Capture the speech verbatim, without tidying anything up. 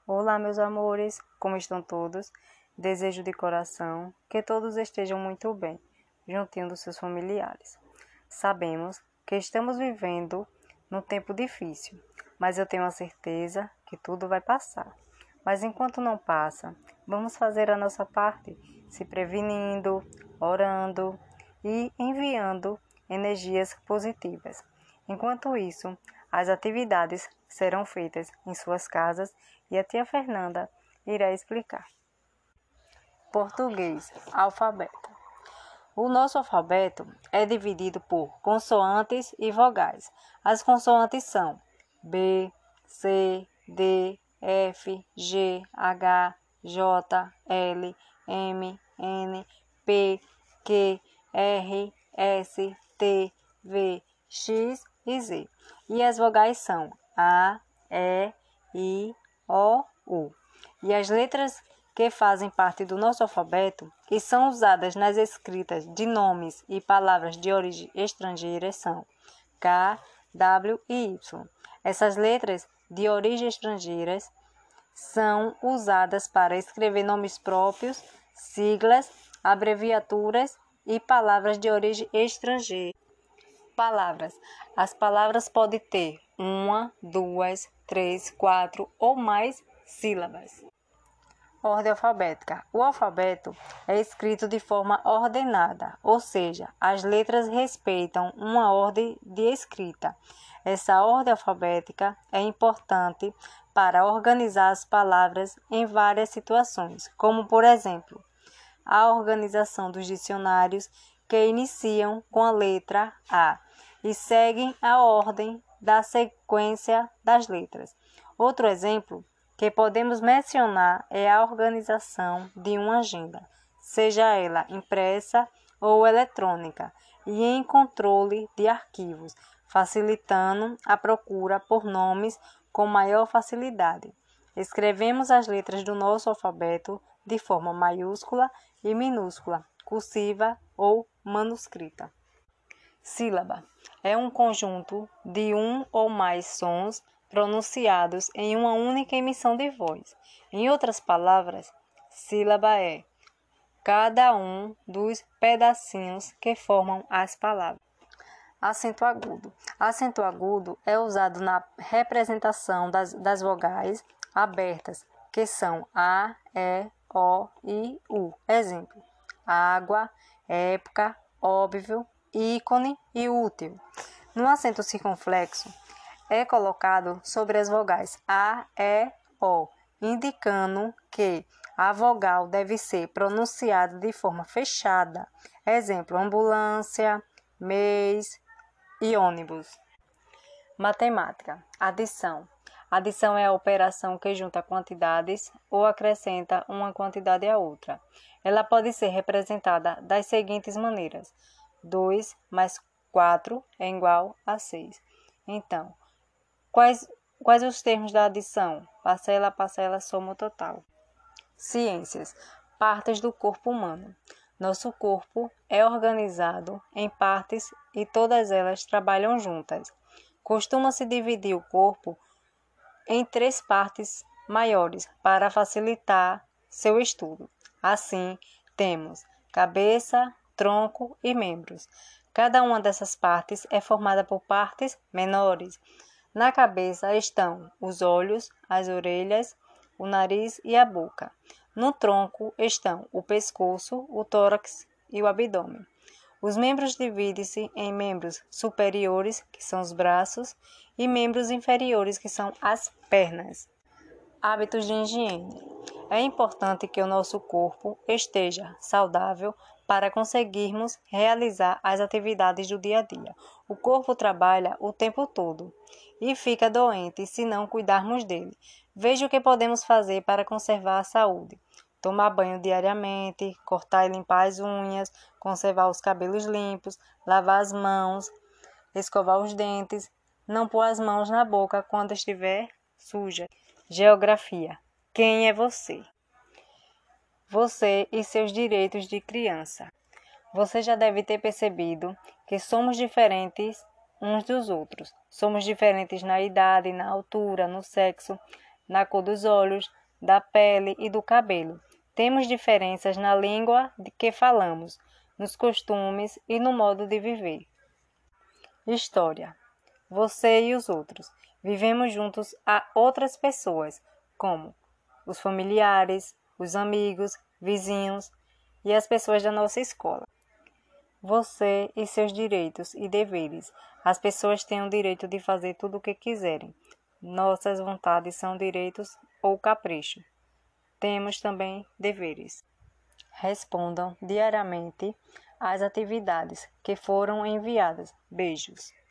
Olá, meus amores, como estão todos? Desejo de coração que todos estejam muito bem, juntinho dos seus familiares. Sabemos que estamos vivendo num tempo difícil, mas eu tenho a certeza que tudo vai passar. Mas enquanto não passa, vamos fazer a nossa parte, se prevenindo, orando e enviando energias positivas. Enquanto isso, as atividades serão feitas em suas casas e a tia Fernanda irá explicar. Português, alfabeto. O nosso alfabeto é dividido por consoantes e vogais. As consoantes são B, C, D, F, G, H, J, L, M, N, P, Q, R, S, T, V, X e Z. E as vogais são A, E, I, O, U. E as letras que fazem parte do nosso alfabeto e são usadas nas escritas de nomes e palavras de origem estrangeira são K, W e Y. Essas letras de origem estrangeiras são usadas para escrever nomes próprios, siglas, abreviaturas e palavras de origem estrangeira. Palavras. As palavras podem ter uma, duas, três, quatro ou mais sílabas. Ordem alfabética. O alfabeto é escrito de forma ordenada, ou seja, as letras respeitam uma ordem de escrita. Essa ordem alfabética é importante para organizar as palavras em várias situações, como, por exemplo, a organização dos dicionários que iniciam com a letra A e seguem a ordem da sequência das letras. Outro exemplo que podemos mencionar é a organização de uma agenda, seja ela impressa ou eletrônica, e em controle de arquivos, facilitando a procura por nomes com maior facilidade. Escrevemos as letras do nosso alfabeto de forma maiúscula e minúscula, cursiva ou manuscrita. Sílaba é um conjunto de um ou mais sons pronunciados em uma única emissão de voz. Em outras palavras, sílaba é cada um dos pedacinhos que formam as palavras. Acento agudo. Acento agudo é usado na representação das, das vogais abertas, que são A, E, O e U. Exemplo: água, época, óbvio, ícone e útil. No acento circunflexo, é colocado sobre as vogais A, E, O, indicando que a vogal deve ser pronunciada de forma fechada. Exemplo: ambulância, mês e ônibus. Matemática. Adição. Adição é a operação que junta quantidades ou acrescenta uma quantidade à outra. Ela pode ser representada das seguintes maneiras: dois mais quatro é igual a seis. Então, quais, quais os termos da adição? Parcela, parcela, soma ou total. Ciências. Partes do corpo humano. Nosso corpo é organizado em partes e todas elas trabalham juntas. Costuma-se dividir o corpo em três partes maiores para facilitar seu estudo. Assim, temos cabeça, tronco e membros. Cada uma dessas partes é formada por partes menores. Na cabeça estão os olhos, as orelhas, o nariz e a boca. No tronco estão o pescoço, o tórax e o abdômen. Os membros dividem-se em membros superiores, que são os braços, e membros inferiores, que são as pernas. Hábitos de higiene. É importante que o nosso corpo esteja saudável para conseguirmos realizar as atividades do dia a dia. O corpo trabalha o tempo todo e fica doente se não cuidarmos dele. Veja o que podemos fazer para conservar a saúde. Tomar banho diariamente, cortar e limpar as unhas, conservar os cabelos limpos, lavar as mãos, escovar os dentes, não pôr as mãos na boca quando estiver suja. Geografia. Quem é você? Você e seus direitos de criança. Você já deve ter percebido que somos diferentes uns dos outros. Somos diferentes na idade, na altura, no sexo. na cor dos olhos, da pele e do cabelo. Temos diferenças na língua de que falamos, nos costumes e no modo de viver. História. Você e os outros. Vivemos juntos a outras pessoas, como os familiares, os amigos, vizinhos e as pessoas da nossa escola. Você e seus direitos e deveres. As pessoas têm o direito de fazer tudo o que quiserem. Nossas vontades são direitos ou capricho. Temos também deveres. Respondam diariamente às atividades que foram enviadas. Beijos.